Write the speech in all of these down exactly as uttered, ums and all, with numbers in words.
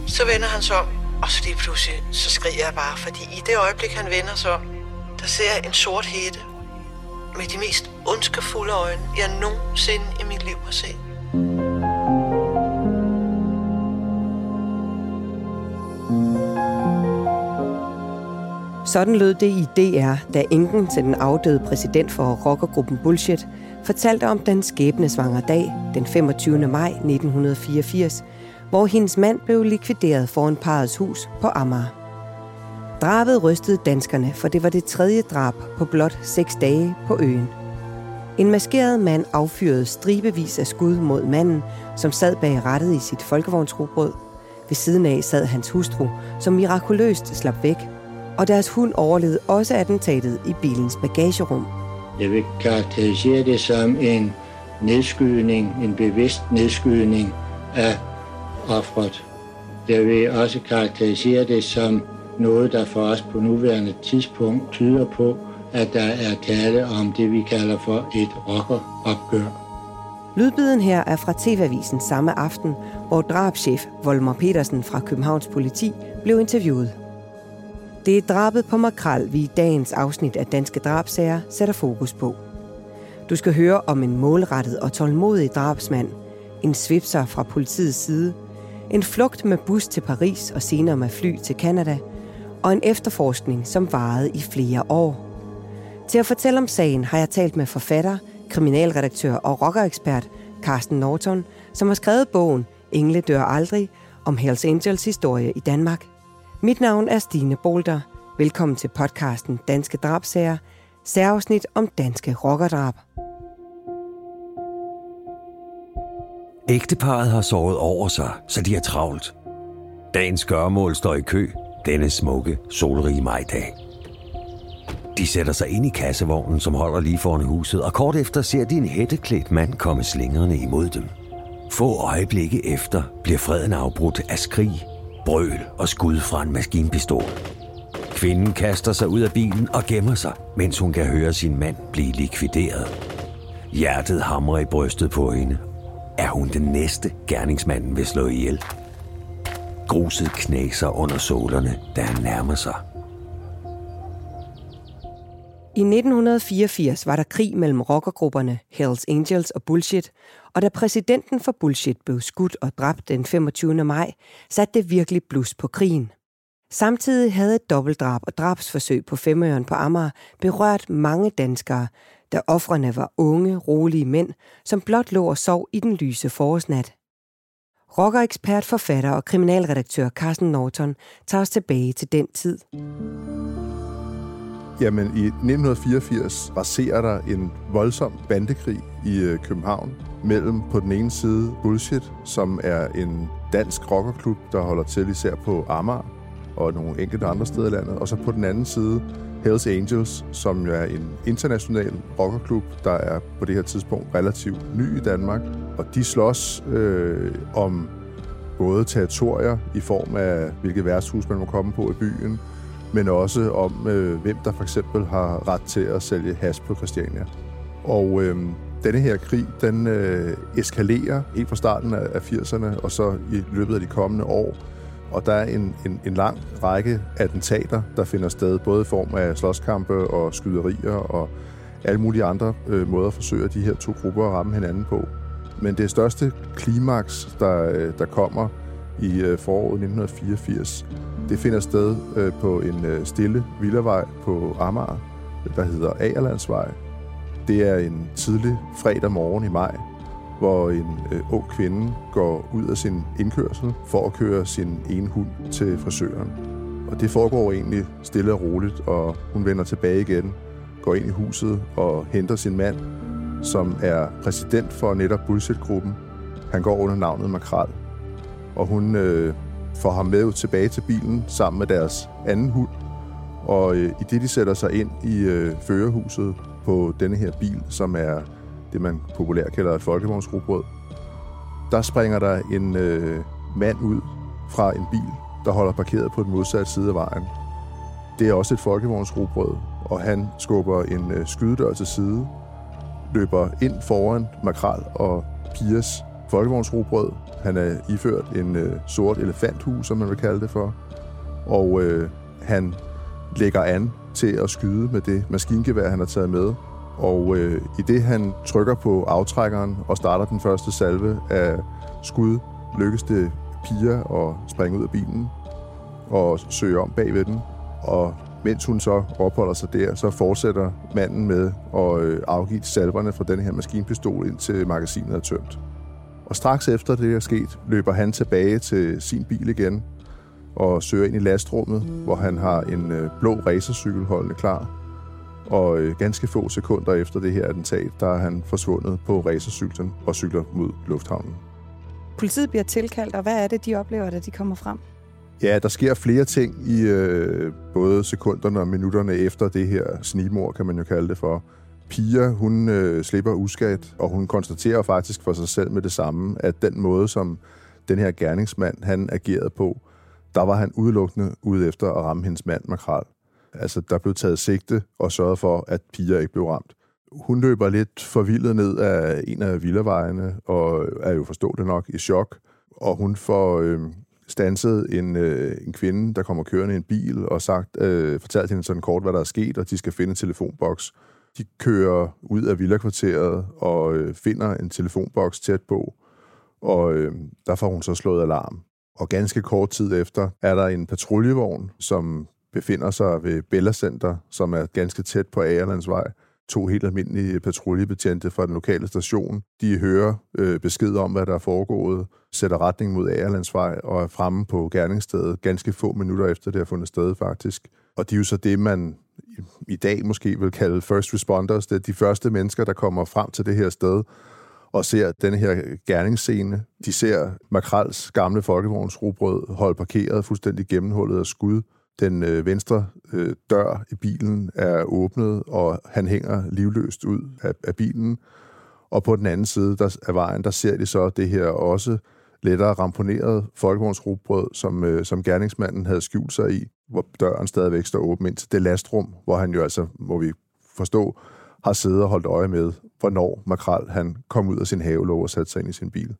Så vender han sig om, og så lige pludselig, så skriger jeg bare, fordi i det øjeblik, han vender sig om, der ser jeg en sort hætte med de mest ondskefulde øjne, jeg nogensinde i mit liv har set. Sådan lød det i D R, da enken til den afdøde præsident for rockergruppen Bullshit fortalte om den skæbnesvangre dag, den femogtyvende maj nitten fireogfirs, hvor hendes mand blev likvideret foran parrets hus på Amager. Drabet rystede danskerne, for det var det tredje drab på blot seks dage på øen. En maskeret mand affyrede stribevis af skud mod manden, som sad bag rattet i sit folkevognsrugbrød. Ved siden af sad hans hustru, som mirakuløst slap væk, og deres hund overlevede også attentatet i bilens bagagerum. Jeg vil karakterisere det som en nedskydning, en bevidst nedskydning af offeret. Jeg vil også karakterisere det som noget, der for os på nuværende tidspunkt tyder på, at der er tale om det, vi kalder for et rockeropgør. Lydbiden her er fra T V-avisen samme aften, hvor drabschef Volmer Petersen fra Københavns Politi blev interviewet. Det er drabet på Makrel, vi i dagens afsnit af Danske Drabsager sætter fokus på. Du skal høre om en målrettet og tålmodig drabsmand, en svipser fra politiets side, en flugt med bus til Paris og senere med fly til Canada, og en efterforskning, som varede i flere år. Til at fortælle om sagen har jeg talt med forfatter, kriminalredaktør og rockerekspert Carsten Norton, som har skrevet bogen Engle dør aldrig om Hells Angels historie i Danmark. Mit navn er Stine Bolter. Velkommen til podcasten Danske Drabsager, særafsnit om danske rockerdrab. Ægteparret har sovet over sig, så de er travlt. Dagens gøremål står i kø denne smukke, solrige majdag. De sætter sig ind i kassevognen, som holder lige foran huset, og kort efter ser de en hætteklædt mand komme slingrende imod dem. Få øjeblikke efter bliver freden afbrudt af skrig, brøl og skud fra en maskinpistol. Kvinden kaster sig ud af bilen og gemmer sig, mens hun kan høre sin mand blive likvideret. Hjertet hamrer i brystet på hende. Er hun den næste, gerningsmanden vil slå ihjel? Gruset knæser under sålerne, da han nærmer sig. I nitten fireogfirs var der krig mellem rockergrupperne Hells Angels og Bullshit, og da præsidenten for Bullshit blev skudt og dræbt den femogtyvende maj, satte det virkelig blus på krigen. Samtidig havde et dobbeltdrab og drabsforsøg på Femøren på Amager berørt mange danskere, da ofrene var unge, rolige mænd, som blot lå og sov i den lyse forårsnat. Rockerekspert, forfatter og kriminalredaktør Carsten Norton tager os tilbage til den tid. Jamen, i nitten fireogfirs raserer der en voldsom bandekrig i København mellem på den ene side Bullshit, som er en dansk rockerklub, der holder til især på Amager og nogle enkelte andre steder i landet, og så på den anden side Hells Angels, som jo er en international rockerklub, der er på det her tidspunkt relativt ny i Danmark, og de slås øh, om både territorier i form af, hvilket værtshus man må komme på i byen, men også om, øh, hvem der for eksempel har ret til at sælge hash på Christiania. Og øh, denne her krig, den øh, eskalerer helt fra starten af firserne, og så i løbet af de kommende år. Og der er en, en, en lang række attentater, der finder sted, både i form af slåskampe og skyderier og alle mulige andre øh, måder forsøger de her to grupper at ramme hinanden på. Men det største klimaks, der, der kommer i øh, foråret nitten fireogfirs, det finder sted øh, på en øh, stille villavej på Amager, der hedder Agerlandsvej. Det er en tidlig fredag morgen i maj, hvor en øh, ung kvinde går ud af sin indkørsel for at køre sin ene hund til frisøren. Og det foregår egentlig stille og roligt, og hun vender tilbage igen, går ind i huset og henter sin mand, som er præsident for netop Bullshit-gruppen. Han går under navnet Makrel, og hun øh, får ham med tilbage til bilen sammen med deres anden hund. Og øh, i det, de sætter sig ind i øh, førerhuset på denne her bil, som er det, man populært kalder et folkevognsrugbrød, der springer der en øh, mand ud fra en bil, der holder parkeret på den modsatte side af vejen. Det er også et folkevognsrugbrød, og han skubber en øh, skydedør til side, løber ind foran Makrel og Pias folkevognsrugbrød. Han er iført en øh, sort elefanthus, som man vil kalde det for. Og øh, han lægger an til at skyde med det maskingevær, han har taget med. Og øh, i det, han trykker på aftrækkeren og starter den første salve af skud, lykkes det Pia at springe ud af bilen og søge om bagved den. Og mens hun så opholder sig der, så fortsætter manden med at øh, afgive salverne fra den her maskinpistol, indtil magasinet er tømt. Og straks efter det er sket, løber han tilbage til sin bil igen og søger ind i lastrummet, hvor han har en øh, blå racercykel holdende klar. Og øh, ganske få sekunder efter det her attentat, der er han forsvundet på racercyklen og cykler mod lufthavnen. Politiet bliver tilkaldt, og hvad er det, de oplever, da de kommer frem? Ja, der sker flere ting i øh, både sekunderne og minutterne efter det her snigmord, kan man jo kalde det for. Pia, hun øh, slipper uskadt, og hun konstaterer faktisk for sig selv med det samme, at den måde, som den her gerningsmand, han agerede på, der var han udelukkende ude efter at ramme hendes mand, Makrel. Altså, der blev taget sigte og sørget for, at Pia ikke blev ramt. Hun løber lidt forvildet ned af en af villavejene, og er jo forståeligt nok i chok, og hun får øh, standset en, øh, en kvinde, der kommer kørende i en bil, og sagt, øh, fortalt hende sådan kort, hvad der er sket, og de skal finde en telefonboks. De kører ud af villakvarteret og øh, finder en telefonboks tæt på, og øh, der får hun så slået alarm. Og ganske kort tid efter er der en patruljevogn, som befinder sig ved Bella Center, som er ganske tæt på Agerlandsvej. To helt almindelige patruljebetjente fra den lokale station. De hører øh, besked om, hvad der er foregået, sætter retning mod Agerlandsvej og er fremme på gerningsstedet ganske få minutter efter det har fundet sted faktisk. Og de er jo så det, man i dag måske vil kalde first responders. Det er de første mennesker, der kommer frem til det her sted og ser denne her gerningsscene. De ser Makrels gamle folkevognsrugbrød holde parkeret, fuldstændig gennemhullet af skud. Den øh, venstre øh, dør i bilen er åbnet, og han hænger livløst ud af, af bilen. Og på den anden side der, af vejen, der ser de så det her også lettere ramponeret folkevognsrugbrød, som, øh, som gerningsmanden havde skjult sig i, hvor døren stadigvæk står åben ind til det lastrum, hvor han jo altså, må vi forstå, har siddet og holdt øje med, hvornår Makrel han kom ud af sin havelåge og satte sig ind i sin bil.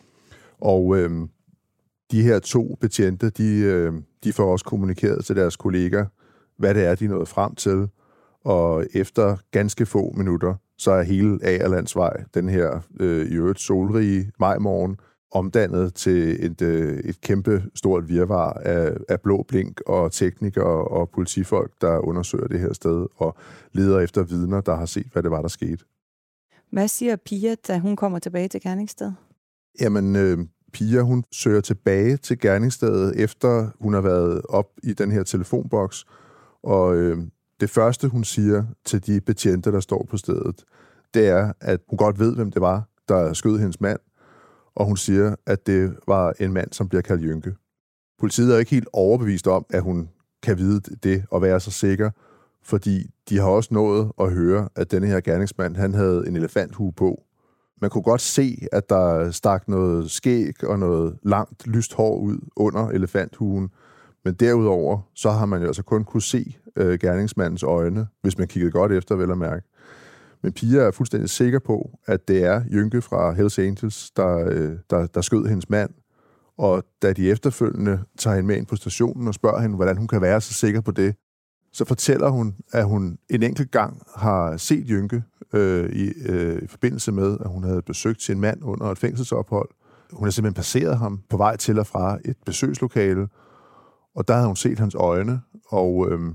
Og øh, de her to betjente, de, øh, de får også kommunikeret til deres kolleger, hvad det er, de er nået frem til. Og efter ganske få minutter, så er hele Agerlandsvej, den her øh, i øvrigt solrige majmorgen, omdannet til et, øh, et kæmpe stort virvar af, af blå blink og teknikere og politifolk, der undersøger det her sted og leder efter vidner, der har set, hvad det var, der skete. Hvad siger Pia, da hun kommer tilbage til gerningsstedet? Jamen, øh, Pia, hun søger tilbage til gerningsstedet, efter hun har været op i den her telefonboks. Og øh, det første, hun siger til de betjente, der står på stedet, det er, at hun godt ved, hvem det var, der skød hendes mand. Og hun siger, at det var en mand, som bliver kaldt Jynke. Politiet er ikke helt overbevist om, at hun kan vide det og være så sikker, fordi de har også nået at høre, at denne her gerningsmand, han havde en elefanthue på. Man kunne godt se, at der stak noget skæg og noget langt lyst hår ud under elefanthuen, men derudover, så har man jo altså kun kunne se øh, gerningsmandens øjne, hvis man kiggede godt efter, vel at mærke. Men Pia er fuldstændig sikker på, at det er Jynke fra Hells Angels, der, øh, der, der skød hendes mand. Og da de efterfølgende tager hende med ind på stationen og spørger hende, hvordan hun kan være så sikker på det, så fortæller hun, at hun en enkelt gang har set Jynke øh, i, øh, i forbindelse med, at hun havde besøgt sin mand under et fængselsophold. Hun har simpelthen passeret ham på vej til og fra et besøgslokale, og der havde hun set hans øjne, og øh,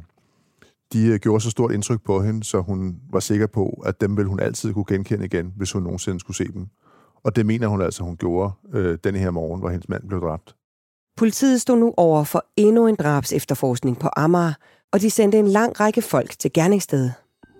de gjorde så stort indtryk på hende, så hun var sikker på, at dem ville hun altid kunne genkende igen, hvis hun nogensinde skulle se dem. Og det mener hun altså, hun gjorde øh, denne her morgen, hvor hendes mand blev dræbt. Politiet stod nu over for endnu en drabs efterforskning på Amager, og de sendte en lang række folk til gerningsstedet.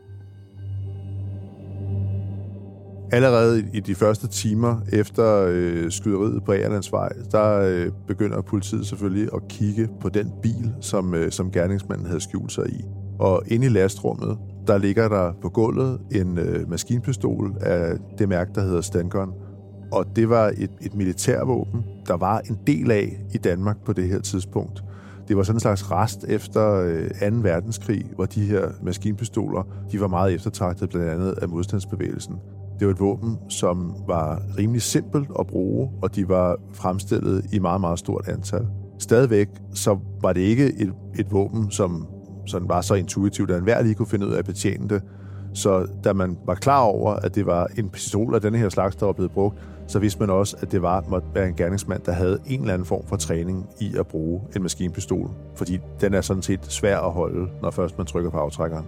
Allerede i de første timer efter øh, skyderiet på Agerlandsvej, der øh, begynder politiet selvfølgelig at kigge på den bil, som, øh, som gerningsmanden havde skjult sig i. Og inde i lastrummet, der ligger der på gulvet en øh, maskinpistol af det mærke, der hedder Stengun. Og det var et, et militærvåben, der var en del af i Danmark på det her tidspunkt. Det var sådan en slags rest efter øh, anden verdenskrig, hvor de her maskinpistoler, de var meget eftertragtet blandt andet af modstandsbevægelsen. Det var et våben, som var rimelig simpelt at bruge, og de var fremstillet i meget, meget stort antal. Stadigvæk så var det ikke et, et våben, som sådan var så intuitivt, at enhver lige kunne finde ud af at betjene det. Så da man var klar over, at det var en pistol af denne her slags, der var blevet brugt, så vidste man også, at det var, måtte være en gerningsmand, der havde en eller anden form for træning i at bruge en maskinpistol. Fordi den er sådan set svær at holde, når først man trykker på aftrækkeren.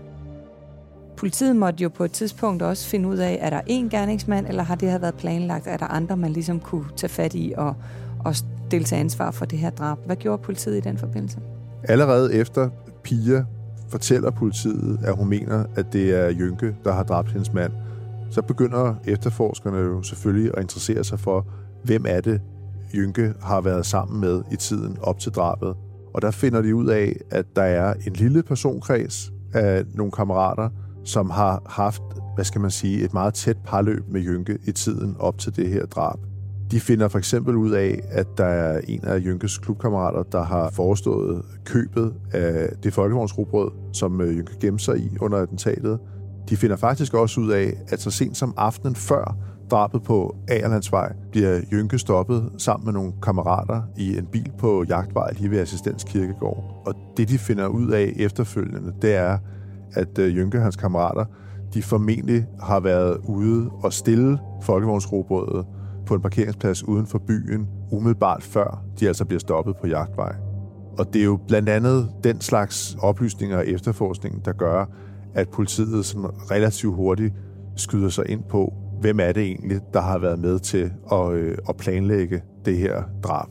Politiet måtte jo på et tidspunkt også finde ud af, er der én gerningsmand, eller har det her været planlagt? Er der andre, man ligesom kunne tage fat i og, og stille til ansvar for det her drab? Hvad gjorde politiet i den forbindelse? Allerede efter Pia fortæller politiet, at hun mener, at det er Jynke, der har dræbt hendes mand, så begynder efterforskerne jo selvfølgelig at interessere sig for, hvem er det, Jynke har været sammen med i tiden op til drabet. Og der finder de ud af, at der er en lille personkreds af nogle kammerater, som har haft, hvad skal man sige, et meget tæt parløb med Jynke i tiden op til det her drab. De finder for eksempel ud af, at der er en af Jynkes klubkammerater, der har forestået købet af det folkevognsrugbrød, som Jynke gemte sig i under attentatet. De finder faktisk også ud af, at så sent som aftenen før drabet på Agerlandsvej bliver Jynke stoppet sammen med nogle kammerater i en bil på Jagtvej lige ved Assistens Kirkegård. Og det, de finder ud af efterfølgende, det er, at Jynke og hans kammerater, de formentlig har været ude og stille folkevognsrugbrødet på en parkeringsplads uden for byen, umiddelbart før de altså bliver stoppet på Jagtvej. Og det er jo blandt andet den slags oplysninger og efterforskning, der gør, at politiet sådan relativt hurtigt skyder sig ind på, hvem er det egentlig, der har været med til at, øh, at planlægge det her drab.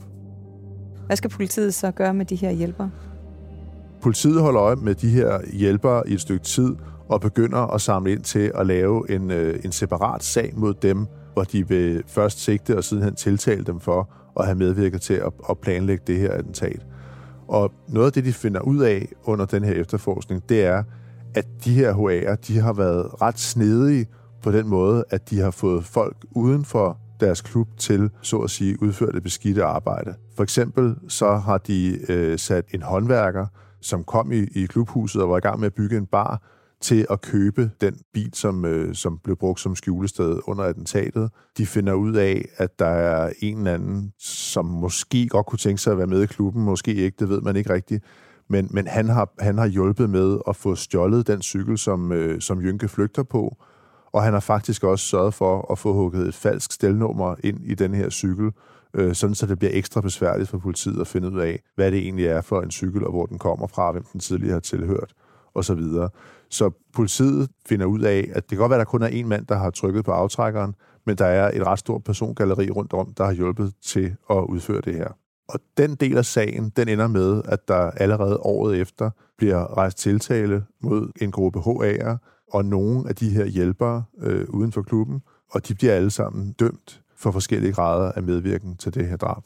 Hvad skal politiet så gøre med de her hjælpere? Politiet holder øje med de her hjælpere i et stykke tid og begynder at samle ind til at lave en, øh, en separat sag mod dem, hvor de vil først sigte og sidenhen tiltale dem for at have medvirket til at, at planlægge det her attentat. Og noget af det, de finder ud af under den her efterforskning, det er, at de her H A'er, de har været ret snedige på den måde, at de har fået folk uden for deres klub til, så at sige, udføre det beskidte arbejde. For eksempel så har de øh, sat en håndværker, som kom i, i klubhuset og var i gang med at bygge en bar, til at købe den bil, som, øh, som blev brugt som skjulested under attentatet. De finder ud af, at der er en eller anden, som måske godt kunne tænke sig at være med i klubben, måske ikke, det ved man ikke rigtigt, men, men han, har, han har hjulpet med at få stjålet den cykel, som, øh, som Jynke flygter på, og han har faktisk også sørget for at få hugget et falsk stelnummer ind i den her cykel, øh, sådan så det bliver ekstra besværligt for politiet at finde ud af, hvad det egentlig er for en cykel, og hvor den kommer fra, hvem den tidligere har tilhørt, og så videre. Så politiet finder ud af, at det kan godt være, at der kun er en mand, der har trykket på aftrækkeren, men der er et ret stort persongalleri rundt om, der har hjulpet til at udføre det her. Og den del af sagen, den ender med, at der allerede året efter bliver rejst tiltale mod en gruppe H A'er og nogle af de her hjælpere øh, uden for klubben, og de bliver alle sammen dømt for forskellige grader af medvirken til det her drab.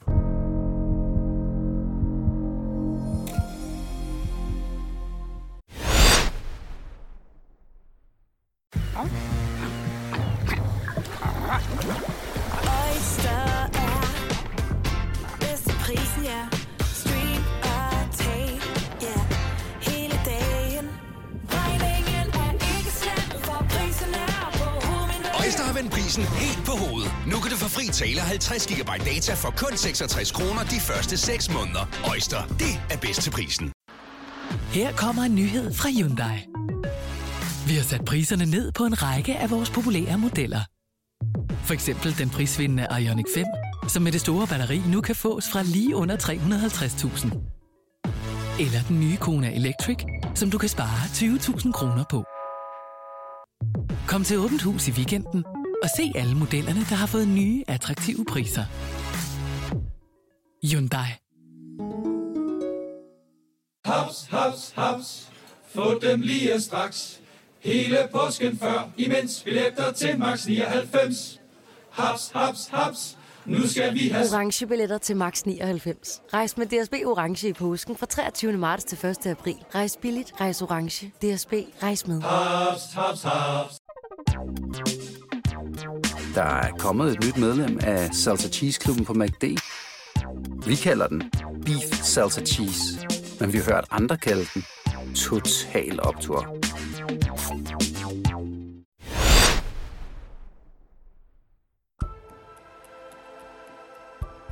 Helt på hovedet. Nu kan du få fri tale halvtreds gigabyte data for kun seksogtres kroner de første seks måneder. Oyster, det er bedst til prisen. Her kommer en nyhed fra Hyundai. Vi har sat priserne ned på en række af vores populære modeller. For eksempel den prisvindende Ioniq fem, som med det store batteri nu kan fås fra lige under tre hundrede og halvtreds tusind. Eller den nye Kona Electric, som du kan spare tyve tusind kroner på. Kom til Åbent Hus i weekenden og se alle modellerne, der har fået nye, attraktive priser. Hyundai. Haps, haps, haps. Få dem lige straks. Hele påsken før, imens billetter til max nioghalvfems. Haps, haps, haps. Nu skal vi have orange billetter til max nioghalvfems. Rejs med D S B orange i påsken fra treogtyvende marts til første april. Rejs billigt, rejs orange. D S B, rejs med. Haps, haps, haps. Der er kommet et nyt medlem af Salsa Cheese Klubben på McD. Vi kalder den Beef Salsa Cheese, men vi har hørt andre kalde den Total Optur.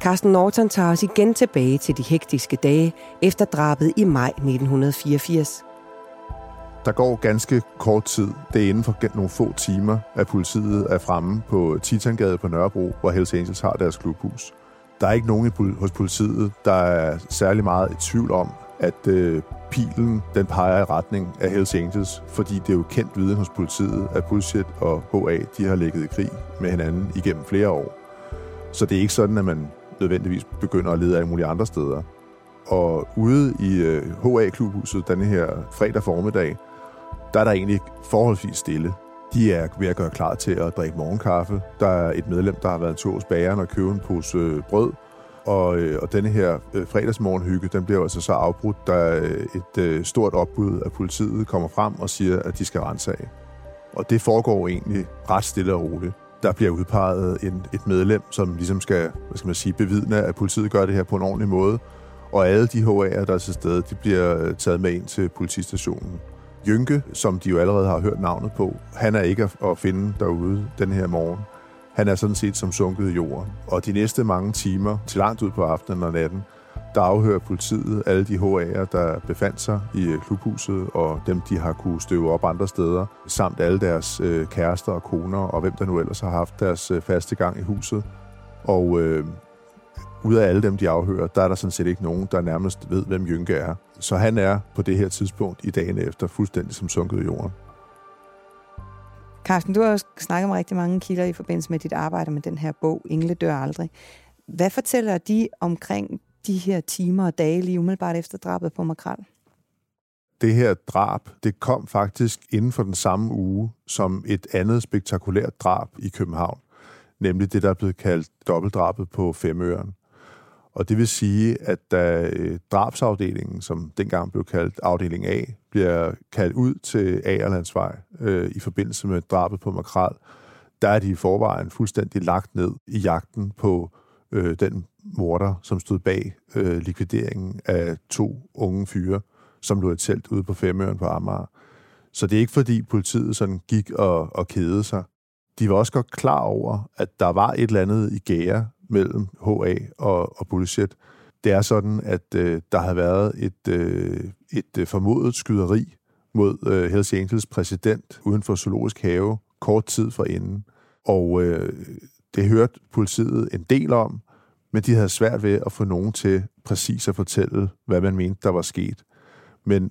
Carsten Norton tager os igen tilbage til de hektiske dage efter drabet i maj nitten fireogfirs. Der går ganske kort tid. Det er inden for nogle få timer, at politiet er fremme på Titangade på Nørrebro, hvor Hells Angels har deres klubhus. Der er ikke nogen hos politiet, der er særlig meget i tvivl om, at øh, pilen den peger i retning af Hells Angels, fordi det er jo kendt viden hos politiet, at Bullshit og H A de har ligget i krig med hinanden igennem flere år. Så det er ikke sådan, at man nødvendigvis begynder at lede af mulige andre steder. Og ude i øh, H A-klubhuset denne her fredag formiddag, der er der egentlig forholdsvis stille. De er ved at gøre klar til at drikke morgenkaffe. Der er et medlem, der har været en tur hos bageren og købe en pose øh, brød. Og, øh, og denne her øh, fredagsmorgenhygge, den bliver altså så afbrudt, da et øh, stort opbud af politiet kommer frem og siger, at de skal rense af. Og det foregår egentlig ret stille og roligt. Der bliver udpeget en, et medlem, som ligesom skal, hvad skal man sige, bevidne, at politiet gør det her på en ordentlig måde. Og alle de H A'er, der er til stede, de bliver taget med ind til politistationen. Jynke, som de jo allerede har hørt navnet på, han er ikke at finde derude den her morgen. Han er sådan set som sunket i jorden. Og de næste mange timer, til langt ud på aftenen og natten, der afhører politiet alle de H A'er, der befandt sig i klubhuset, og dem, de har kunne støve op andre steder, samt alle deres øh, kærester og koner, og hvem der nu ellers har haft deres øh, faste gang i huset. Og øh, ud af alle dem, de afhører, der er der sådan set ikke nogen, der nærmest ved, hvem Jynke er. Så han er på det her tidspunkt i dagen efter fuldstændig som sunket i jorden. Carsten, du har jo snakket med rigtig mange kilder i forbindelse med dit arbejde med den her bog, Engle dør aldrig. Hvad fortæller de omkring de her timer og dage lige umiddelbart efter drabet på Makrel? Det her drab, det kom faktisk inden for den samme uge som et andet spektakulært drab i København, nemlig det, der er blevet kaldt dobbeltdrabet på Femøren. Og det vil sige, at da drabsafdelingen, som dengang blev kaldt afdeling A, bliver kaldt ud til Agerlandsvej øh, i forbindelse med drabet på Makrel, der er de i forvejen fuldstændig lagt ned i jagten på øh, den morder, som stod bag øh, likvideringen af to unge fyre, som lå i telt ude på Femøren på Amager. Så det er ikke fordi politiet sådan gik og, og kedede sig. De var også godt klar over, at der var et eller andet i gære mellem H A og, og Bullshit. Det er sådan, at øh, der havde været et, øh, et øh, formodet skyderi mod øh, Hells Angels præsident uden for Zoologisk Have kort tid forinden. Og øh, det hørte politiet en del om, men de havde svært ved at få nogen til præcis at fortælle, hvad man mente, der var sket. Men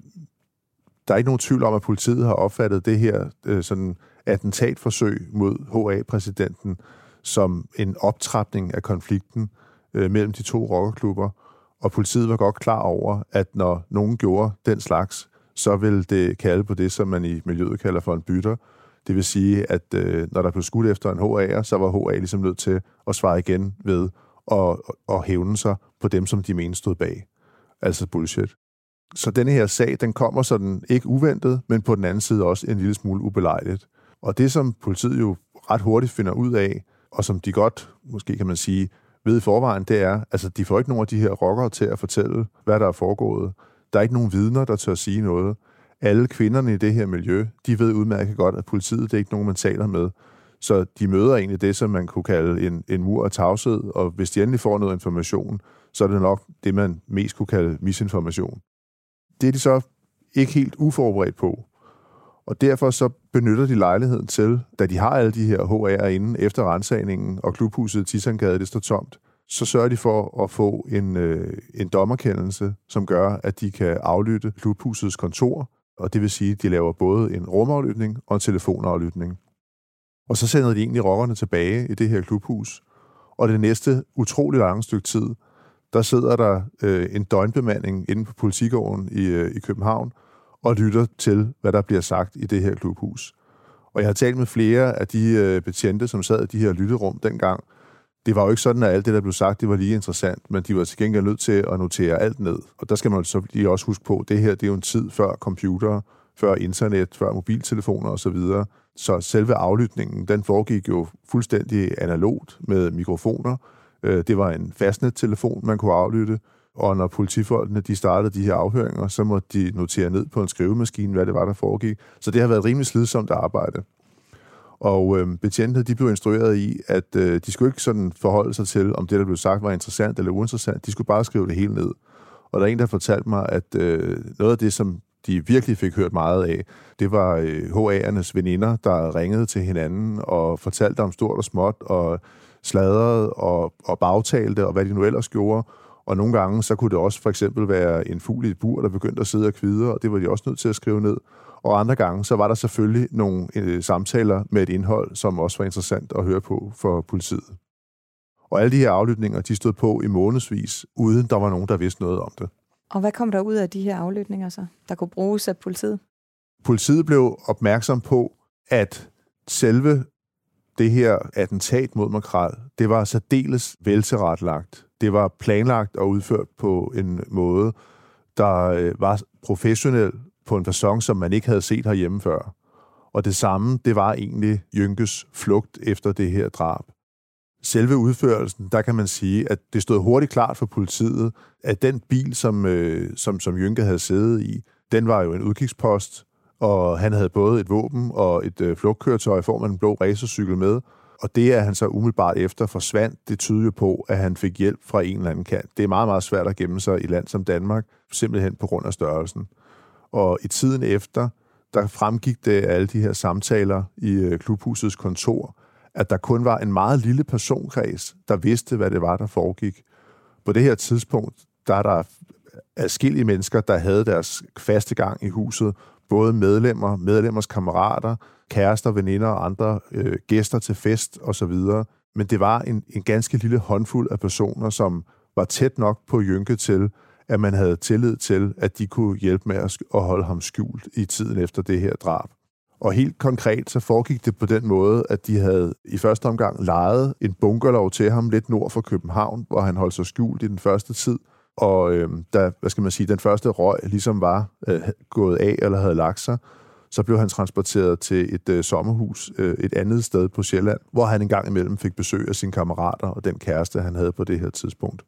der er ikke nogen tvivl om, at politiet har opfattet det her øh, sådan attentatforsøg mod H A-præsidenten som en optrapning af konflikten øh, mellem de to rockerklubber. Og politiet var godt klar over, at når nogen gjorde den slags, så ville det kalde på det, som man i miljøet kalder for en bytter. Det vil sige, at øh, når der blev skudt efter en H A'er, så var H A ligesom nødt til at svare igen ved at, at hævne sig på dem, som de mente stod bag. Altså Bullshit. Så denne her sag, den kommer sådan ikke uventet, men på den anden side også en lille smule ubelejligt. Og det, som politiet jo ret hurtigt finder ud af, og som de godt, måske kan man sige, ved i forvejen, det er, altså de får ikke nogen af de her rockere til at fortælle, hvad der er foregået. Der er ikke nogen vidner, der tør at sige noget. Alle kvinderne i det her miljø, de ved udmærket godt, at politiet, det er ikke nogen, man taler med. Så de møder egentlig det, som man kunne kalde en, en mur af tavshed, og hvis de endelig får noget information, så er det nok det, man mest kunne kalde misinformation. Det er de så ikke helt uforberedt på. Og derfor så benytter de lejligheden til, da de har alle de her H A'er inde efter ransagningen, og klubhuset i Titangade, det står tomt, så sørger de for at få en, øh, en dommerkendelse, som gør, at de kan aflytte klubhusets kontor, og det vil sige, at de laver både en rumaflytning og en telefonaflytning. Og så sender de egentlig rockerne tilbage i det her klubhus, og det næste utroligt lange stykke tid, der sidder der øh, en døgnbemanding inde på Politigården i, øh, i København, og lytter til, hvad der bliver sagt i det her klubhus. Og jeg har talt med flere af de øh, betjente, som sad i de her lytterum dengang. Det var jo ikke sådan, at alt det, der blev sagt, det var lige interessant, men de var til gengæld nødt til at notere alt ned. Og der skal man så lige også huske på, at det her det er jo en tid før computer, før internet, før mobiltelefoner osv. Så, så selve aflytningen, den foregik jo fuldstændig analogt med mikrofoner. Det var en fastnettelefon, man kunne aflytte. Og når politifolkene de startede de her afhøringer, så måtte de notere ned på en skrivemaskine, hvad det var, der foregik. Så det har været rimelig slidsomt arbejde. Og øh, betjentene, de blev instrueret i, at øh, de skulle ikke sådan forholde sig til, om det, der blev sagt, var interessant eller uinteressant. De skulle bare skrive det hele ned. Og der er en, der fortalte mig, at øh, noget af det, som de virkelig fik hørt meget af, det var øh, H A'ernes veninder, der ringede til hinanden og fortalte om stort og småt, og sladrede og, og bagtalte, og hvad de nu ellers gjorde. Og nogle gange, så kunne det også for eksempel være en fugl i et bur, der begyndte at sidde og kvidre, og det var de også nødt til at skrive ned. Og andre gange, så var der selvfølgelig nogle øh, samtaler med et indhold, som også var interessant at høre på for politiet. Og alle de her aflytninger, de stod på i månedsvis, uden der var nogen, der vidste noget om det. Og hvad kom der ud af de her aflytninger så, der kunne bruges af politiet? Politiet blev opmærksom på, at selve det her attentat mod Makrel, det var særdeles veltilrettelagt. Det var planlagt og udført på en måde, der var professionel på en facon, som man ikke havde set herhjemme før. Og det samme, det var egentlig Jønkes flugt efter det her drab. Selve udførelsen, der kan man sige, at det stod hurtigt klart for politiet, at den bil, som, øh, som, som Jønke havde siddet i, den var jo en udkigspost, og han havde både et våben og et øh, flugtkøretøj i form af en blå racercykel med, og det, at han så umiddelbart efter forsvandt, det tyder jo på, at han fik hjælp fra en eller anden kant. Det er meget, meget svært at gemme sig i land som Danmark, simpelthen på grund af størrelsen. Og i tiden efter, der fremgik det af alle de her samtaler i øh, klubhusets kontor, at der kun var en meget lille personkreds, der vidste, hvad det var, der foregik. På det her tidspunkt, der er der adskillige mennesker, der havde deres faste gang i huset, både medlemmer, medlemmers kammerater, kærester, veninder og andre øh, gæster til fest osv. Men det var en, en ganske lille håndfuld af personer, som var tæt nok på Jønke til, at man havde tillid til, at de kunne hjælpe med at holde ham skjult i tiden efter det her drab. Og helt konkret så foregik det på den måde, at de havde i første omgang lejet en bunkerlov til ham lidt nord for København, hvor han holdt sig skjult i den første tid. Og øh, da, hvad skal man sige, den første røg ligesom var øh, gået af eller havde lagt sig, så blev han transporteret til et øh, sommerhus øh, et andet sted på Sjælland, hvor han engang imellem fik besøg af sine kammerater og den kæreste, han havde på det her tidspunkt.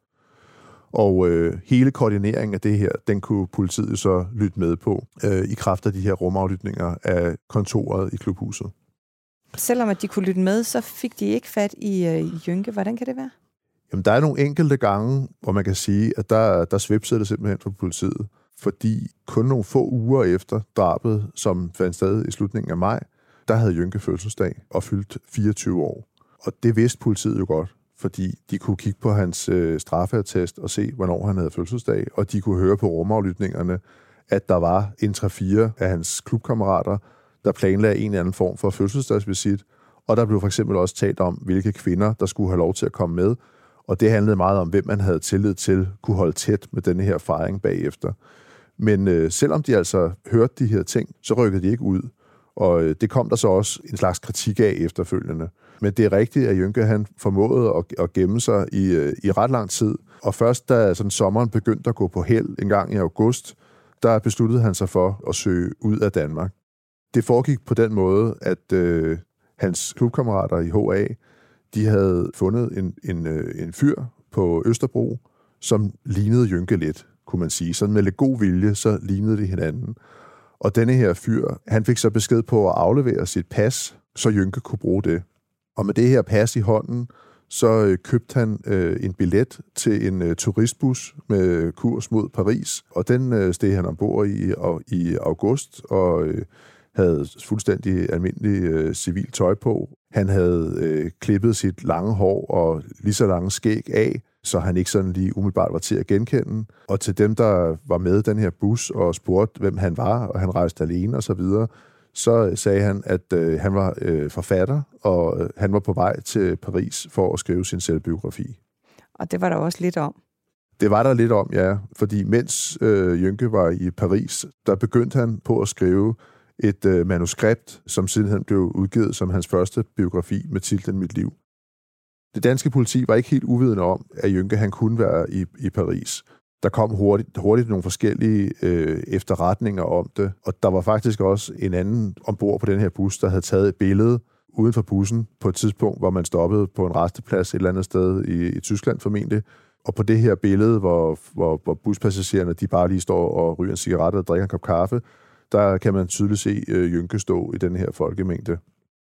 Og øh, hele koordineringen af det her, den kunne politiet så lytte med på øh, i kraft af de her rumaflytninger af kontoret i klubhuset. Selvom at de kunne lytte med, så fik de ikke fat i, øh, i Jønke. Hvordan kan det være? Jamen, der er nogle enkelte gange, hvor man kan sige, at der, der svipsede det simpelthen for politiet. Fordi kun nogle få uger efter drabet, som fandt sted i slutningen af maj, der havde Jønke fødselsdag og fyldt fireogtyve år. Og det vidste politiet jo godt, fordi de kunne kigge på hans øh, straffeattest og se, hvornår han havde fødselsdag, og de kunne høre på rumaflytningerne, at der var en tre fire af hans klubkammerater, der planlagde en eller anden form for fødselsdagsvisit, og der blev for eksempel også talt om, hvilke kvinder, der skulle have lov til at komme med, og det handlede meget om, hvem man havde tillid til, kunne holde tæt med denne her fejring bagefter. Men øh, selvom de altså hørte de her ting, så rykkede de ikke ud, og øh, det kom der så også en slags kritik af efterfølgende. Men det er rigtigt, at Jønke han formåede at, at gemme sig i, øh, i ret lang tid, og først da sådan, sommeren begyndte at gå på held en gang i august, der besluttede han sig for at søge ud af Danmark. Det foregik på den måde, at øh, hans klubkammerater i H A, de havde fundet en, en, en fyr på Østerbro, som lignede Jønke lidt, kunne man sige. Sådan med lidt god vilje, så lignede de hinanden. Og denne her fyr, han fik så besked på at aflevere sit pas, så Jønke kunne bruge det. Og med det her pas i hånden, så øh, købte han øh, en billet til en øh, turistbus med kurs mod Paris, og den øh, steg han ombord i, og, i august, og øh, havde fuldstændig almindelig øh, civil tøj på. Han havde øh, klippet sit lange hår og lige så lange skæg af, så han ikke sådan lige umiddelbart var til at genkende. Og til dem, der var med den her bus og spurgte, hvem han var, og han rejste alene og så videre, så sagde han, at øh, han var øh, forfatter, og øh, han var på vej til Paris for at skrive sin selvbiografi. Og det var der også lidt om. Det var der lidt om, ja. Fordi mens øh, Jønke var i Paris, der begyndte han på at skrive et øh, manuskript, som sidenhen blev udgivet som hans første biografi med titlen Mit liv. Det danske politi var ikke helt uvidende om, at Jønke han kunne være i, i Paris. Der kom hurtigt, hurtigt nogle forskellige øh, efterretninger om det, og der var faktisk også en anden ombord på den her bus, der havde taget et billede uden for bussen på et tidspunkt, hvor man stoppede på en resteplads et eller andet sted i, i Tyskland formentlig. Og på det her billede, hvor, hvor, hvor buspassagererne de bare lige står og ryger en cigaret og drikker en kop kaffe, der kan man tydeligt se øh, Jønke stå i den her folkemængde.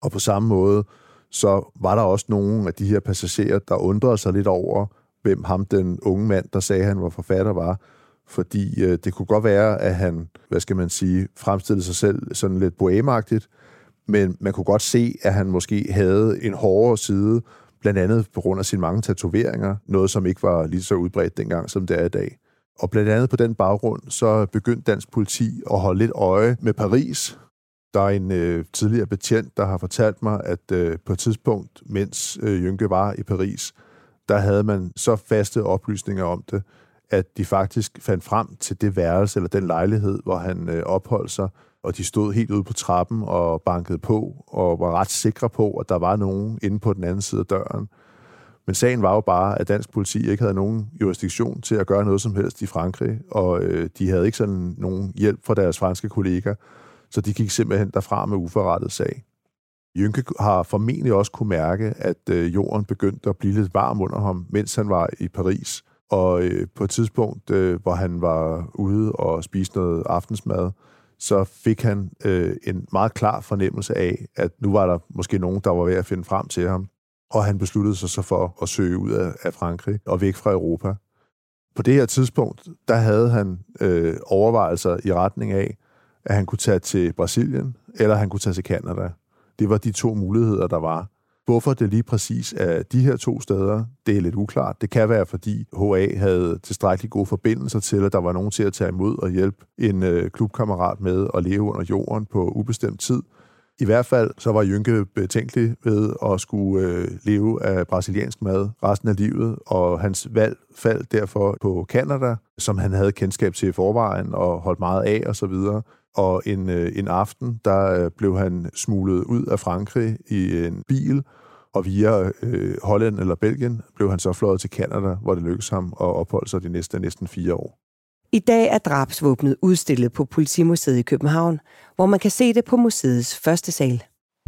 Og på samme måde, så var der også nogle af de her passagerer, der undrede sig lidt over, hvem ham den unge mand, der sagde, at han var forfatter, var. Fordi øh, det kunne godt være, at han, hvad skal man sige, fremstillede sig selv sådan lidt bohemagtigt, men man kunne godt se, at han måske havde en hårdere side, blandt andet på grund af sine mange tatoveringer, noget som ikke var lige så udbredt dengang, som det er i dag. Og blandt andet på den baggrund, så begyndte dansk politi at holde lidt øje med Paris. Der er en øh, tidligere betjent, der har fortalt mig, at øh, på et tidspunkt, mens øh, Jønke var i Paris, der havde man så faste oplysninger om det, at de faktisk fandt frem til det værelse eller den lejlighed, hvor han øh, opholdt sig, og de stod helt ude på trappen og bankede på, og var ret sikre på, at der var nogen inde på den anden side af døren. Men sagen var jo bare, at dansk politi ikke havde nogen jurisdiktion til at gøre noget som helst i Frankrig, og øh, de havde ikke sådan nogen hjælp fra deres franske kolleger, så de gik simpelthen derfra med uforrettet sag. Jønke har formentlig også kunne mærke, at øh, jorden begyndte at blive lidt varm under ham, mens han var i Paris. Og øh, på et tidspunkt, øh, hvor han var ude og spise noget aftensmad, så fik han øh, en meget klar fornemmelse af, at nu var der måske nogen, der var ved at finde frem til ham. Og han besluttede sig så for at søge ud af, af Frankrig og væk fra Europa. På det her tidspunkt, der havde han øh, overvejelser i retning af, at han kunne tage til Brasilien, eller han kunne tage til Canada. Det var de to muligheder, der var. Hvorfor det lige præcis er de her to steder, det er lidt uklart. Det kan være, fordi H A havde tilstrækkeligt gode forbindelser til, at der var nogen til at tage imod og hjælpe en øh, klubkammerat med at leve under jorden på ubestemt tid. I hvert fald så var Jønke betænkelig ved at skulle øh, leve af brasiliansk mad resten af livet, og hans valg faldt derfor på Canada, som han havde kendskab til i forvejen og holdt meget af osv. Og en, øh, en aften, der øh, blev han smuglet ud af Frankrig i en bil, og via øh, Holland eller Belgien blev han så fløjet til Canada, hvor det lykkedes ham at opholde sig de næste næsten fire år. I dag er drabsvåbnet udstillet på Politimuseet i København, hvor man kan se det på museets første sal.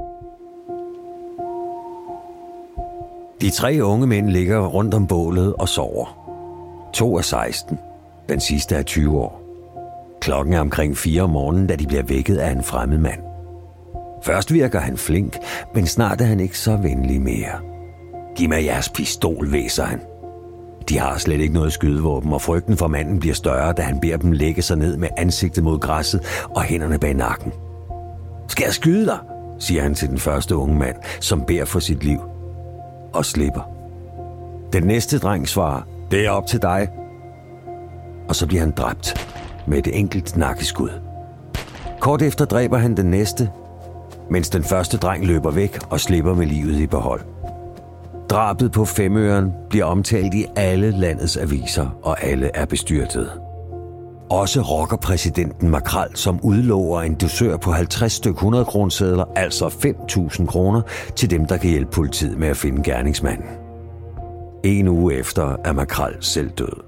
De tre unge mænd ligger rundt om bålet og sover. To er seksten. Den sidste er tyve år. Klokken er omkring fire om morgenen, da de bliver vækket af en fremmed mand. Først virker han flink, men snart er han ikke så venlig mere. Giv mig jeres pistol, væser han. De har slet ikke noget skydevåben, og frygten for manden bliver større, da han beder dem lægge sig ned med ansigtet mod græsset og hænderne bag nakken. Skal jeg skyde dig? Siger han til den første unge mand, som beder for sit liv. Og slipper. Den næste dreng svarer, det er op til dig. Og så bliver han dræbt med et enkelt nakkeskud. Kort efter dræber han den næste, mens den første dreng løber væk og slipper med livet i behold. Drabet på Femøren bliver omtalt i alle landets aviser, og alle er bestyrtet. Også rockerpræsidenten Makrel, som udlover en dusør på halvtreds styk hundrede kronesedler, altså fem tusind kroner, til dem, der kan hjælpe politiet med at finde gerningsmanden. En uge efter er Makrel selv død.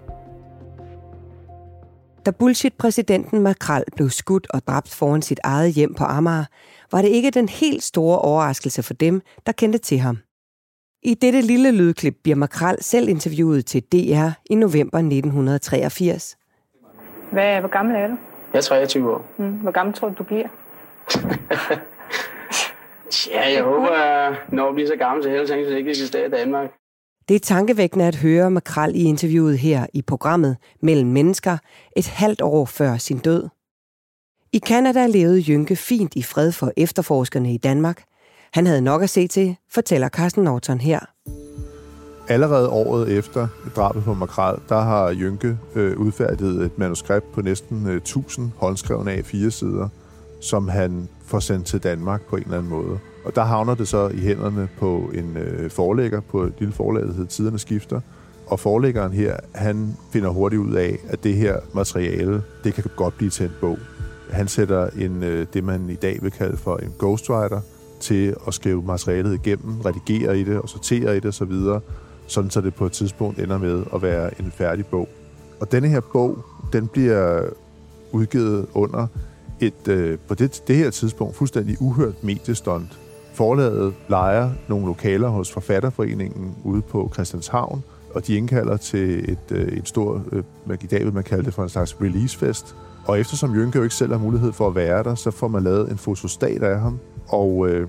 Da bullshit-præsidenten Makrel blev skudt og dræbt foran sit eget hjem på Amager, var det ikke den helt store overraskelse for dem, der kendte til ham. I dette lille lydklip bliver Makrel selv interviewet til D R i november nitten treogfirs. Hvad, hvor gammel er du? Jeg er treogtyve år. Mm, hvor gammel tror du, du bliver? Ja, jeg håber, at når vi bliver så gammel, så helst ikke ikke eksisterer i Danmark. Det er tankevækkende at høre Makrel i interviewet her i programmet Mellem Mennesker et halvt år før sin død. I Canada levede Jønke fint i fred for efterforskerne i Danmark. Han havde nok at se til, fortæller Carsten Norton her. Allerede året efter drabet på Makrel, der har Jønke øh, udfærdiget et manuskript på næsten øh, tusind håndskrevne A fire sider, som han får sendt til Danmark på en eller anden måde. Og der havner det så i hænderne på en øh, forlægger på et lille forlag, der hedder Tiderne Skifter. Og forlæggeren her, han finder hurtigt ud af, at det her materiale, det kan godt blive til en bog. Han sætter en, øh, det, man i dag vil kalde for en ghostwriter, til at skrive materialet igennem, redigere i det og sortere i det osv., sådan så det på et tidspunkt ender med at være en færdig bog. Og denne her bog, den bliver udgivet under et, øh, på det, det her tidspunkt, fuldstændig uhørt mediestunt. Forlaget lejer nogle lokaler hos Forfatterforeningen ude på Christianshavn, og de indkalder til et, øh, et stort, øh, i dag vil man kalde det for en slags releasefest. Og eftersom Jønke jo ikke selv har mulighed for at være der, så får man lavet en fotostat af ham, og øh,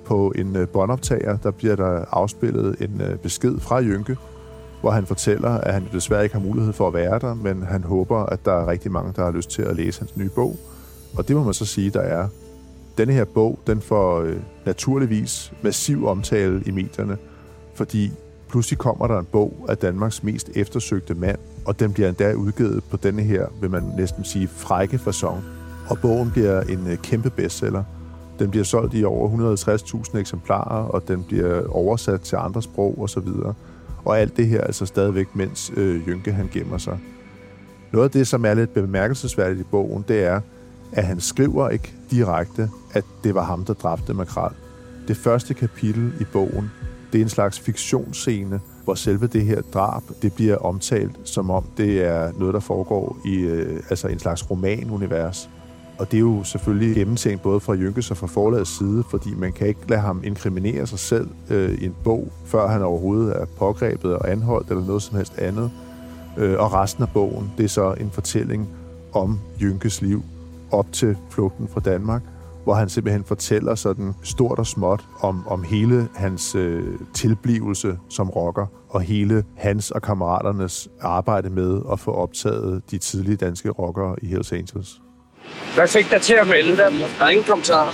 på en øh, båndoptager, der bliver der afspillet en øh, besked fra Jønke, hvor han fortæller, at han desværre ikke har mulighed for at være der, men han håber, at der er rigtig mange, der har lyst til at læse hans nye bog. Og det må man så sige, der er. Denne her bog, den får øh, naturligvis massiv omtale i medierne, fordi pludselig kommer der en bog af Danmarks mest eftersøgte mand, og den bliver endda udgivet på denne her, vil man næsten sige, frække facon. Og bogen bliver en øh, kæmpe bestseller. Den bliver solgt i over et hundrede og halvtreds tusind eksemplarer, og den bliver oversat til andre sprog osv. Og alt det her altså stadigvæk, mens øh, Jønke han gemmer sig. Noget af det, som er lidt bemærkelsesværdigt i bogen, det er, at han skriver ikke direkte, at det var ham, der dræbte Makrel. Det første kapitel i bogen, det er en slags fiktionsscene, hvor selve det her drab, det bliver omtalt, som om det er noget, der foregår i øh, altså en slags romanunivers. Og det er jo selvfølgelig gennemtænkt både fra Jønkes og fra forlagets side, fordi man kan ikke lade ham inkriminere sig selv øh, i en bog, før han overhovedet er pågrebet og anholdt eller noget som helst andet. Øh, og resten af bogen, det er så en fortælling om Jønkes liv op til flugten fra Danmark, hvor han simpelthen fortæller sådan stort og småt om, om hele hans øh, tilblivelse som rocker, og hele hans og kammeraternes arbejde med at få optaget de tidlige danske rockere i Hells Angels. Hvad fik dig til at melde dem? Der er ingen kommentarer.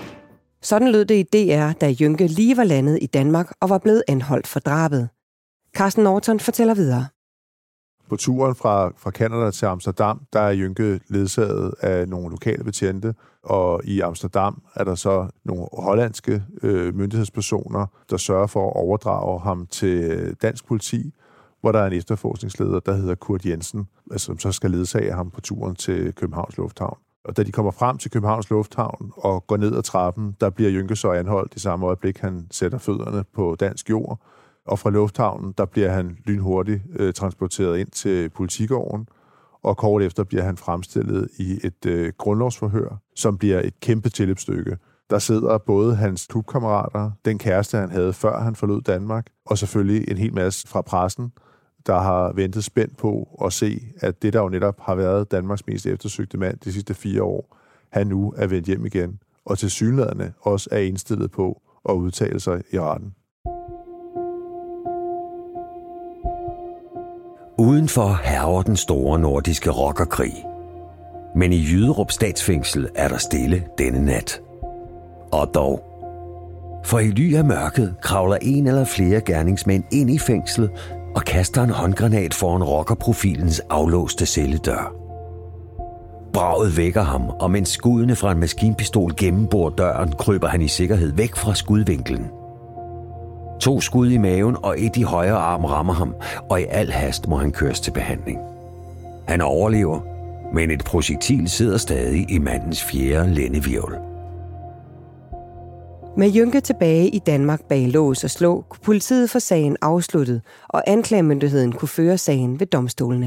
Sådan lød det i D R, da Jønke lige var landet i Danmark og var blevet anholdt for drabet. Carsten Norton fortæller videre. På turen fra, fra Canada til Amsterdam, der er Jønke ledsaget af nogle lokale betjente, og i Amsterdam er der så nogle hollandske øh, myndighedspersoner, der sørger for at overdrage ham til dansk politi, hvor der er en efterforskningsleder, der hedder Kurt Jensen, altså, som så skal ledsage ham på turen til Københavns Lufthavn. Og da de kommer frem til Københavns Lufthavn og går ned ad trappen, der bliver Jønke så anholdt i samme øjeblik, han sætter fødderne på dansk jord. Og fra lufthavnen, der bliver han lynhurtigt øh, transporteret ind til politigården, og kort efter bliver han fremstillet i et øh, grundlovsforhør, som bliver et kæmpe tilløbsstykke. Der sidder både hans klubkammerater, den kæreste, han havde før han forlod Danmark, og selvfølgelig en hel masse fra pressen, der har ventet spændt på at se, at det, der jo netop har været Danmarks mest eftersøgte mand de sidste fire år, han nu er vendt hjem igen, og tilsyneladende også er indstillet på at udtale sig i retten. Udenfor hærger den store nordiske rockerkrig. Men i Jyderup statsfængsel er der stille denne nat. Og dog. For i ly af mørket kravler en eller flere gerningsmænd ind i fængslet og kaster en håndgranat foran rockerprofilens aflåste celledør. Braget vækker ham, og mens skuddene fra en maskinpistol gennembor døren, kryber han i sikkerhed væk fra skudvinklen. To skud i maven og et i højre arm rammer ham, og i al hast må han køres til behandling. Han overlever, men et projektil sidder stadig i mandens fjerde lændevirvel. Med Jønke tilbage i Danmark bag lås og slå, kunne politiet få sagen afsluttet, og anklagemyndigheden kunne føre sagen ved domstolene.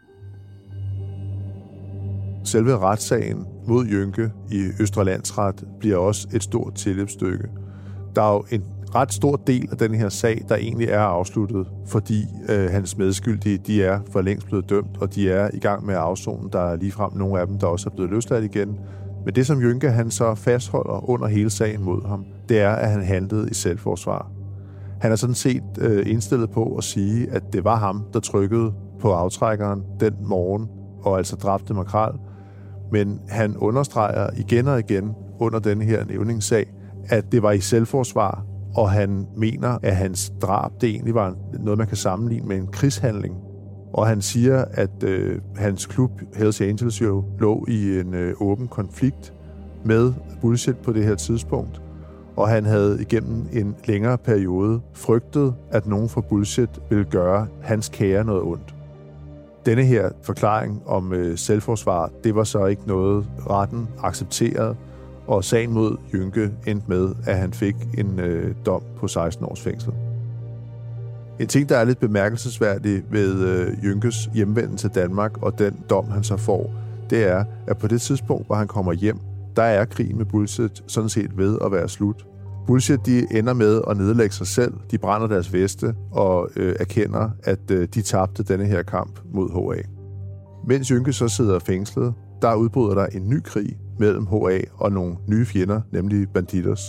Selve retssagen mod Jønke i Østre Landsret bliver også et stort tilløbsstykke. Der er jo en ret stor del af den her sag, der egentlig er afsluttet, fordi øh, hans medskyldige, de er for længst blevet dømt, og de er i gang med at afsone. Der er ligefrem nogle af dem, der også er blevet løsladt igen. Men det, som Jønke han så fastholder under hele sagen mod ham, det er, at han handlede i selvforsvar. Han er sådan set øh, indstillet på at sige, at det var ham, der trykkede på aftrækkeren den morgen, og altså dræbte Makrel. Men han understreger igen og igen under denne her nævningssag, at det var i selvforsvar, og han mener, at hans drab, det egentlig var noget, man kan sammenligne med en krigshandling. Og han siger, at øh, hans klub, Hells Angels, jo lå i en øh, åben konflikt med Bullshit på det her tidspunkt. Og han havde igennem en længere periode frygtet, at nogen fra Bullshit ville gøre hans kære noget ondt. Denne her forklaring om øh, selvforsvar, det var så ikke noget, retten accepterede, og sagen mod Jønke endte med, at han fik en øh, dom på seksten års fængsel. En ting, der er lidt bemærkelsesværdig ved øh, Jønkes hjemvendelse til Danmark og den dom, han så får, det er, at på det tidspunkt, hvor han kommer hjem, der er krigen med Bullshit sådan set ved at være slut. Bullshit, de ender med at nedlægge sig selv, de brænder deres veste og øh, erkender, at øh, de tabte denne her kamp mod H A. Mens Jønke så sidder fængslet, der udbryder der en ny krig mellem H A og nogle nye fjender, nemlig Bandidos.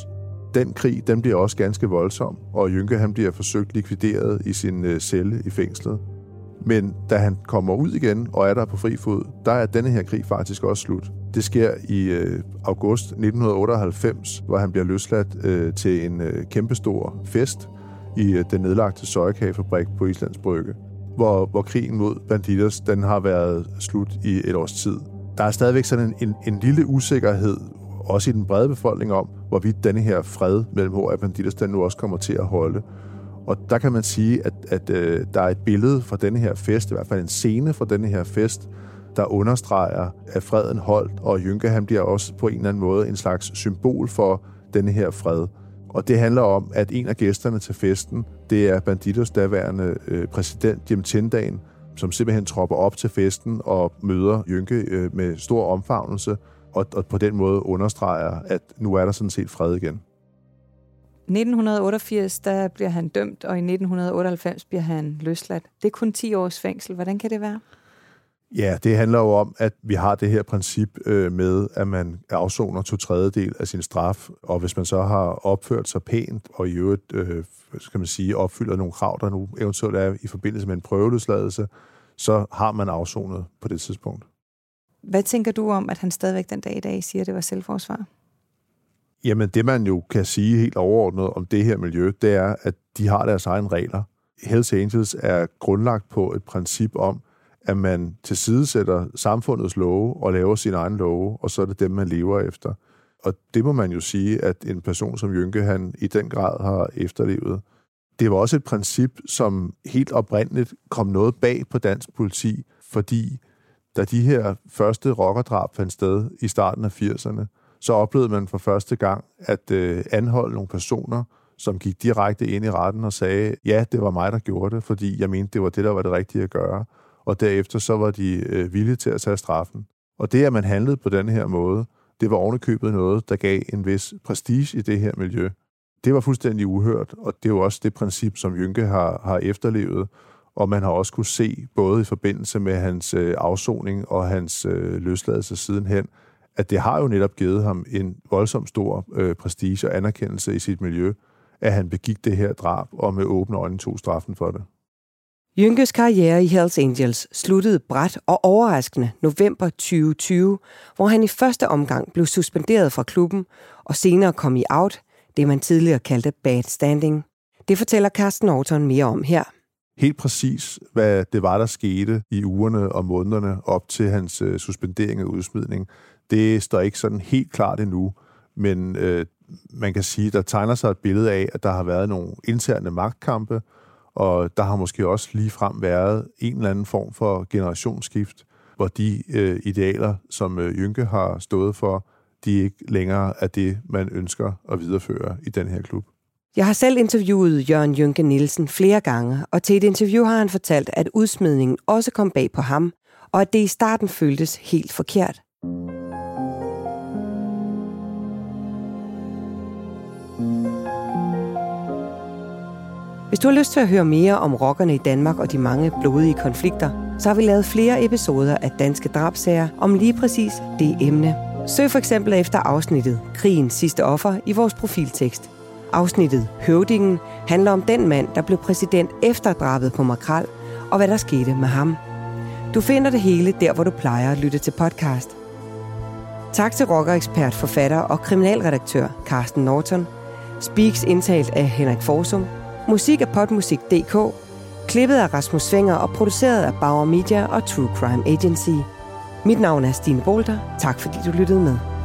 Den krig, den bliver også ganske voldsom, og Jynke han bliver forsøgt likvideret i sin øh, celle i fængslet. Men da han kommer ud igen og er der på fri fod, der er denne her krig faktisk også slut. Det sker i øh, august nitten otteoghalvfems, hvor han bliver løsladt øh, til en øh, kæmpestor fest i øh, den nedlagte sojekagefabrik på Islands Brygge, hvor, hvor krigen mod Bandidos, den har været slut i et års tid. Der er stadigvæk sådan en, en, en lille usikkerhed, også i den brede befolkning, om hvorvidt denne her fred mellem H R og Bandidos, den nu også kommer til at holde. Og der kan man sige, at, at øh, der er et billede fra denne her fest, i hvert fald en scene fra denne her fest, der understreger, at freden holdt, og Jynke han bliver også på en eller anden måde en slags symbol for denne her fred. Og det handler om, at en af gæsterne til festen, det er Bandidos daværende øh, præsident Jim Tindan, som simpelthen tropper op til festen og møder Jynke øh, med stor omfavnelse, og, og på den måde understreger, at nu er der sådan set fred igen. nitten otteogfirs, der bliver han dømt, og i nitten otteoghalvfems bliver han løsladt. Det er kun ti års fængsel. Hvordan kan det være? Ja, det handler jo om, at vi har det her princip øh, med, at man afsoner to tredjedel af sin straf, og hvis man så har opført sig pænt, og i øvrigt, øh, skal man sige, opfylder nogle krav, der nu eventuelt er i forbindelse med en prøveløsladelse, så har man afsonet på det tidspunkt. Hvad tænker du om, at han stadigvæk den dag i dag siger, at det var selvforsvar? Jamen, det man jo kan sige helt overordnet om det her miljø, det er, at de har deres egne regler. Hells Angels er grundlagt på et princip om, at man tilsidesætter samfundets love og laver sine egne love, og så er det dem, man lever efter. Og det må man jo sige, at en person som Jynke, han i den grad har efterlevet. Det var også et princip, som helt oprindeligt kom noget bag på dansk politi, fordi da de her første rockerdrab fandt sted i starten af firserne, så oplevede man for første gang at øh, anholde nogle personer, som gik direkte ind i retten og sagde, ja, det var mig, der gjorde det, fordi jeg mente, det var det, der var det rigtige at gøre. Og derefter så var de øh, villige til at tage straffen. Og det, at man handlede på den her måde, det var ovenikøbet noget, der gav en vis prestige i det her miljø. Det var fuldstændig uhørt, og det er jo også det princip, som Jynke har, har efterlevet. Og man har også kunne se, både i forbindelse med hans øh, afsoning og hans øh, løsladelse sidenhen, at det har jo netop givet ham en voldsom stor øh, prestige og anerkendelse i sit miljø, at han begik det her drab og med åbne øjne tog straffen for det. Jynkes karriere i Hells Angels sluttede brat og overraskende november tyve tyve, hvor han i første omgang blev suspenderet fra klubben og senere kom i out, det man tidligere kaldte bad standing. Det fortæller Carsten Norton mere om her. Helt præcis, hvad det var, der skete i ugerne og månederne op til hans øh, suspendering og udsmidning, det står ikke sådan helt klart endnu, men øh, man kan sige, der tegner sig et billede af, at der har været nogle interne magtkampe, og der har måske også ligefrem været en eller anden form for generationsskift, hvor de øh, idealer, som øh, Jynke har stået for, de ikke længere er det, man ønsker at videreføre i den her klub. Jeg har selv interviewet Jørgen Jynke Nielsen flere gange, og til et interview har han fortalt, at udsmidningen også kom bag på ham, og at det i starten føltes helt forkert. Hvis du har lyst til at høre mere om rockerne i Danmark og de mange blodige konflikter, så har vi lavet flere episoder af Danske Drabsager om lige præcis det emne. Søg for eksempel efter afsnittet Krigens sidste offer i vores profiltekst. Afsnittet Høvdingen handler om den mand, der blev præsident efter drabet på Makrel, og hvad der skete med ham. Du finder det hele der, hvor du plejer at lytte til podcast. Tak til rockerekspert, forfatter og kriminalredaktør Carsten Norton. Speaks indtalt af Henrik Forsum. Musik af Podmusik punktum d k. Klippet af Rasmus Svinger og produceret af Bauer Media og True Crime Agency. Mit navn er Stine Bolter. Tak fordi du lyttede med.